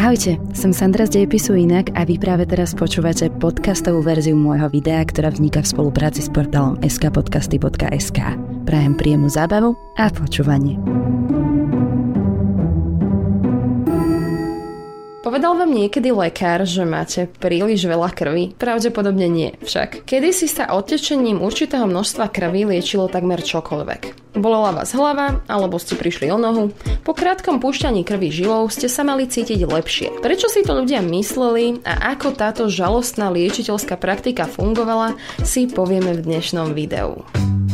Ahojte, som Sandra z Dejepisu Inak a vy práve teraz počúvate podcastovú verziu môjho videa, ktorá vzniká v spolupráci s portálom skpodcasty.sk. Prajem príjemnú zábavu a počúvanie. Povedal vám niekedy lekár, že máte príliš veľa krvi? Pravdepodobne nie však. Kedysi sa odtečením určitého množstva krvi liečilo takmer čokoľvek. Bolela vás hlava, alebo ste prišli o nohu. Po krátkom púšťaní krvi žilou ste sa mali cítiť lepšie. Prečo si to ľudia mysleli a ako táto žalostná liečiteľská praktika fungovala, si povieme v dnešnom videu.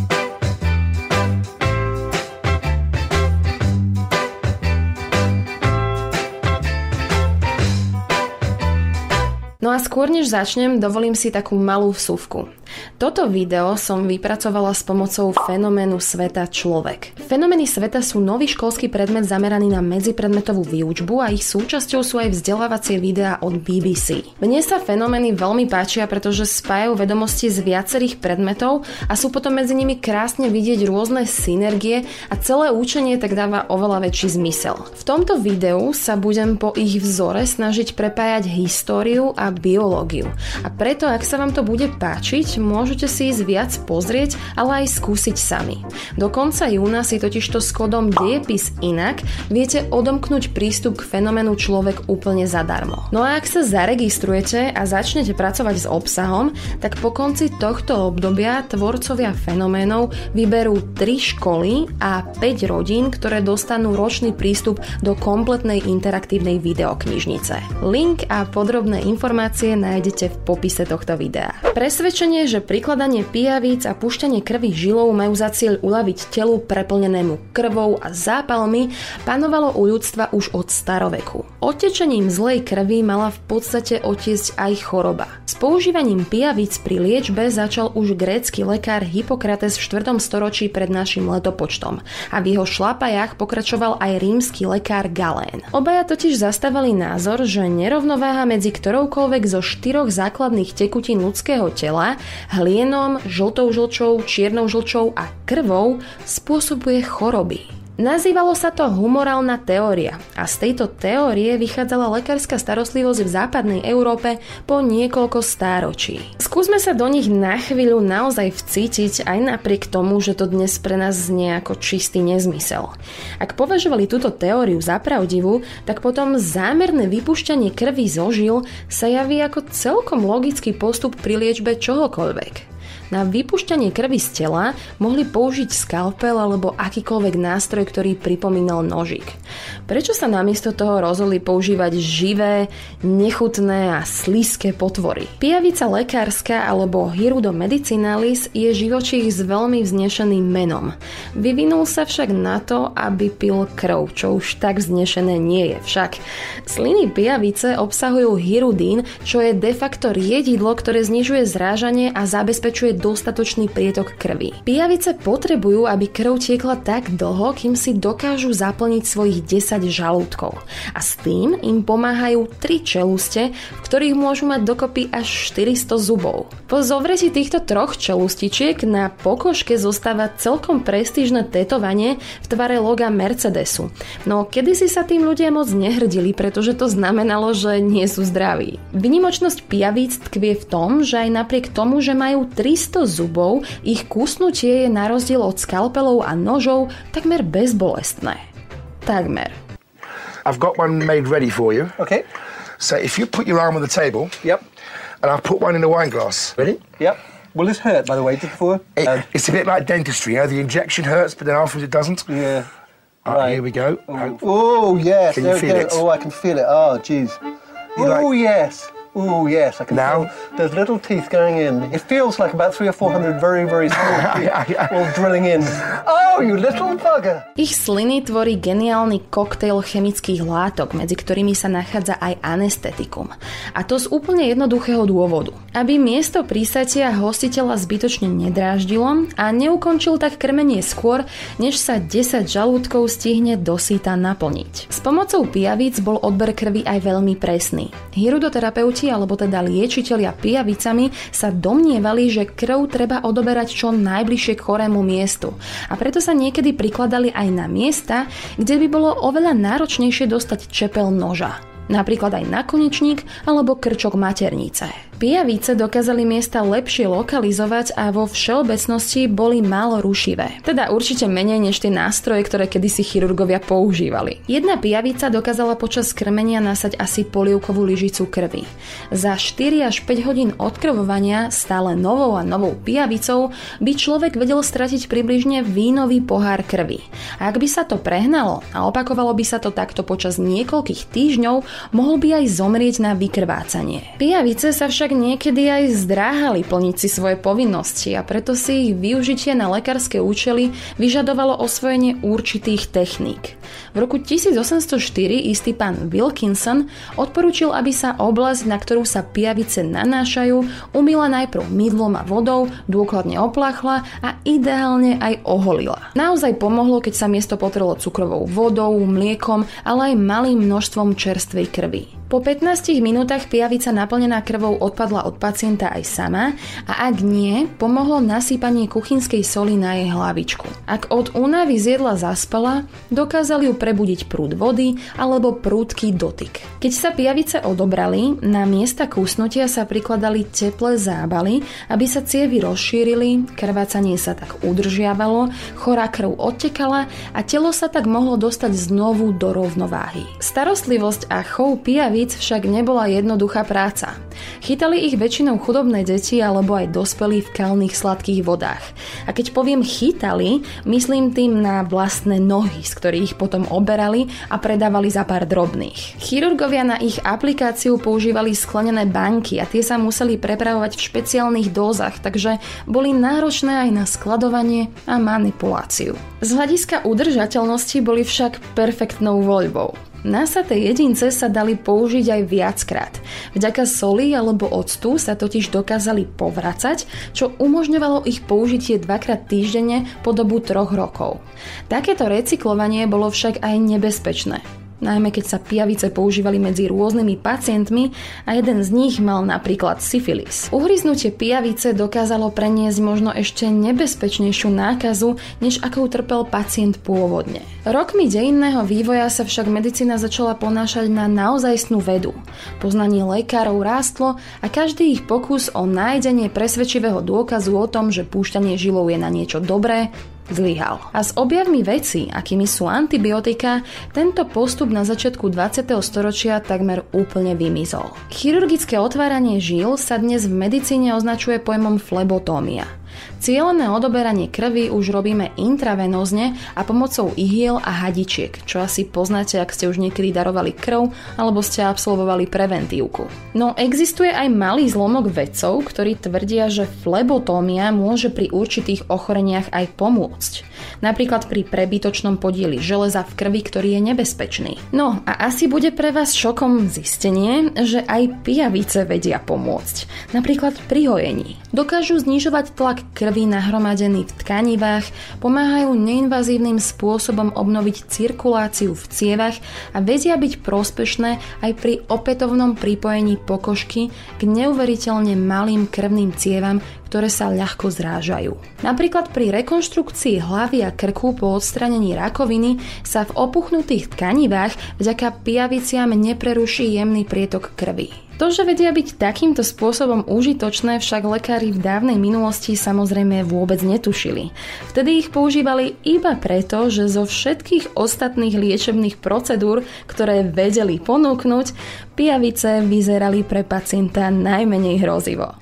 No a skôr než začnem, dovolím si takú malú vsuvku. Toto video som vypracovala s pomocou fenoménu sveta človek. Fenomény sveta sú nový školský predmet zameraný na medzipredmetovú výučbu a ich súčasťou sú aj vzdelávacie videá od BBC. Mne sa fenomény veľmi páčia, pretože spájajú vedomosti z viacerých predmetov a sú potom medzi nimi krásne vidieť rôzne synergie a celé učenie tak dáva oveľa väčší zmysel. V tomto videu sa budem po ich vzore snažiť prepájať históriu a biológiu. A preto, ak sa vám to bude páčiť, môžete si ísť viac pozrieť, ale aj skúsiť sami. Do konca júna si totižto s kódom Dejepis Inak viete odomknúť prístup k fenoménu človek úplne zadarmo. No a ak sa zaregistrujete a začnete pracovať s obsahom, tak po konci tohto obdobia tvorcovia fenoménov vyberú 3 školy a 5 rodín, ktoré dostanú ročný prístup do kompletnej interaktívnej videoknižnice. Link a podrobné informácie nájdete v popise tohto videa. Presvedčenie, že prikladanie pijavíc a púšťanie krvi žilou majú za cieľ uľaviť telu preplnenému krvou a zápalmi, panovalo u ľudstva už od staroveku. Odtečením zlej krvi mala v podstate otiecť aj choroba. S používaním pijavíc pri liečbe začal už grécky lekár Hippokrates v 4. storočí pred našim letopočtom a v jeho šlapajách pokračoval aj rímsky lekár Galén. Obaja totiž zastávali názor, že nerovnováha medzi ktoroukoľvek zo 4 základných tekutín ľudského tela, hlienom, žltou žlčou, čiernou žlčou a krvou, spôsobuje choroby. Nazývalo sa to humorálna teória a z tejto teórie vychádzala lekárska starostlivosť v západnej Európe po niekoľko stáročí. Skúsme sa do nich na chvíľu naozaj vcítiť aj napriek tomu, že to dnes pre nás znie ako čistý nezmysel. Ak považovali túto teóriu za pravdivú, tak potom zámerné vypúšťanie krvi zo žil sa javí ako celkom logický postup pri liečbe čohokoľvek. Na vypúšťanie krvi z tela mohli použiť skalpel alebo akýkoľvek nástroj, ktorý pripomínal nožík. Prečo sa namiesto toho rozhodli používať živé, nechutné a slízke potvory? Pijavica lekárska alebo Hirudo medicinalis je živočích s veľmi vznešeným menom. Vyvinul sa však na to, aby pil krv, čo už tak vznešené nie je však. Sliny pijavice obsahujú hirudín, čo je de facto riedidlo, ktoré znižuje zrážanie a zabezpečuje dostatočný prietok krvi. Pijavice potrebujú, aby krv tiekla tak dlho, kým si dokážu zaplniť svojich 10 žalúdkov. A s tým im pomáhajú 3 čeluste, v ktorých môžu mať dokopy až 400 zubov. Po zovretí týchto 3 čelustičiek na pokožke zostáva celkom prestížne tetovanie v tvare loga Mercedesu. No kedysi sa tým ľudia moc nehrdili, pretože to znamenalo, že nie sú zdraví. Výnimočnosť pijavíc tkvie v tom, že aj napriek tomu, že majú 300 zubov, ich kúsnutie je na rozdiel od skalpelov a nožov takmer bezbolestné. Takmer. I've got one made ready for you. Okay. So if you put your arm on the table. Yep. And I'll put one in a wine glass. Ready? Yep. Will this hurt, by the way, before? It's a bit like dentistry, The injection hurts, but then afterwards it doesn't. Yeah. Right. Here we go. Oh, yes. Can you feel it? Oh, I can feel it. Oh, jeez. Yes. Oh, yes, I can now? feel those little teeth going in. It feels like about 300 or 400 very, very small teeth all drilling in. Oh, you little bugger! Ich sliny tvorí geniálny koktejl chemických látok, medzi ktorými sa nachádza aj anestetikum. A to z úplne jednoduchého dôvodu. Aby miesto prísatia hostiteľa zbytočne nedráždilo a neukončil tak krmenie skôr, než sa 10 žalúdkov stihne dosýta naplniť. S pomocou pijavíc bol odber krvi aj veľmi presný. Hirudoterapeuti, alebo teda liečitelia pijavicami, sa domnievali, že krv treba odoberať čo najbližšie k chorému miestu. A preto sa niekedy prikladali aj na miesta, kde by bolo oveľa náročnejšie dostať čepel noža. napríklad aj nakonečník alebo krčok maternice. Pijavice dokázali miesta lepšie lokalizovať a vo všeobecnosti boli málo rušivé. Teda určite menej než tie nástroje, ktoré kedysi chirurgovia používali. Jedna pijavica dokázala počas krmenia nasať asi polievkovú lyžicu krvi. Za 4 až 5 hodín odkrvovania stále novou a novou pijavicou by človek vedel stratiť približne vínový pohár krvi. A ak by sa to prehnalo a opakovalo by sa to takto počas niekoľkých týždňov, mohol by aj zomrieť na vykrvácanie. Pijavice sa však niekedy aj zdráhali plniť si svoje povinnosti a preto si ich využitie na lekárske účely vyžadovalo osvojenie určitých techník. V roku 1804 istý pán Wilkinson odporúčil, aby sa oblasť, na ktorú sa pijavice nanášajú, umyla najprv mydlom a vodou, dôkladne opláchla a ideálne aj oholila. Naozaj pomohlo, keď sa miesto potrelo cukrovou vodou, mliekom, ale aj malým množstvom čerstvej krvi. Po 15 minútach pijavica naplnená krvou odpadla od pacienta aj sama a ak nie, pomohlo nasýpanie kuchynskej soli na jej hlavičku. Ak od únavy z jedla zaspala, dokázali ju prebudiť prúd vody alebo prúdky dotyk. Keď sa pijavice odobrali, na miesta kúsnutia sa prikladali teplé zábaly, aby sa cievy rozšírili, krvácanie sa tak udržiavalo, chorá krv odtekala a telo sa tak mohlo dostať znovu do rovnováhy. Starostlivosť a chov pijavic však nebola jednoduchá práca. Chytali ich väčšinou chudobné deti alebo aj dospelí v kalných sladkých vodách. A keď poviem chytali, myslím tým na vlastné nohy, z ktorých potom oberali a predávali za pár drobných. Chirurgovia na ich aplikáciu používali sklenené banky a tie sa museli prepravovať v špeciálnych dózach, takže boli náročné aj na skladovanie a manipuláciu. Z hľadiska udržateľnosti boli však perfektnou voľbou. Násaté jedince sa dali použiť aj viackrát. Vďaka soli alebo octu sa totiž dokázali povracať, čo umožňovalo ich použitie 2-krát týždenne po dobu 3 rokov. Takéto recyklovanie bolo však aj nebezpečné. Najmä keď sa pijavice používali medzi rôznymi pacientmi a jeden z nich mal napríklad syfilis. Uhryznutie pijavice dokázalo preniesť možno ešte nebezpečnejšiu nákazu, než akou trpel pacient pôvodne. Rokmi dejinného vývoja sa však medicína začala ponášať na naozajstnú vedu. Poznanie lekárov rástlo a každý ich pokus o nájdenie presvedčivého dôkazu o tom, že púšťanie žilov je na niečo dobré, zlyhal. A s objavmi vecí, akými sú antibiotika, tento postup na začiatku 20. storočia takmer úplne vymizol. Chirurgické otváranie žíl sa dnes v medicíne označuje pojmom flebotómia. Cielené odoberanie krvi už robíme intravenózne a pomocou ihiel a hadičiek, čo asi poznáte, ak ste už niekedy darovali krv alebo ste absolvovali preventívku. No existuje aj malý zlomok vedcov, ktorí tvrdia, že flebotómia môže pri určitých ochoreniach aj pomôcť. Napríklad pri prebytočnom podieli železa v krvi, ktorý je nebezpečný. No a asi bude pre vás šokom zistenie, že aj pijavice vedia pomôcť. Napríklad pri hojení. Dokážu znižovať tlak krvi nahromadený v tkanivách, pomáhajú neinvazívnym spôsobom obnoviť cirkuláciu v cievach a vedia byť prospešné aj pri opätovnom pripojení pokožky k neuveriteľne malým krvným cievam, ktoré sa ľahko zrážajú. Napríklad pri rekonštrukcii hlavy a krku po odstranení rakoviny sa v opuchnutých tkanivách vďaka pijaviciam nepreruší jemný prietok krvi. To, že vedia byť takýmto spôsobom užitočné, však lekári v dávnej minulosti samozrejme vôbec netušili. Vtedy ich používali iba preto, že zo všetkých ostatných liečebných procedúr, ktoré vedeli ponúknuť, pijavice vyzerali pre pacienta najmenej hrozivo.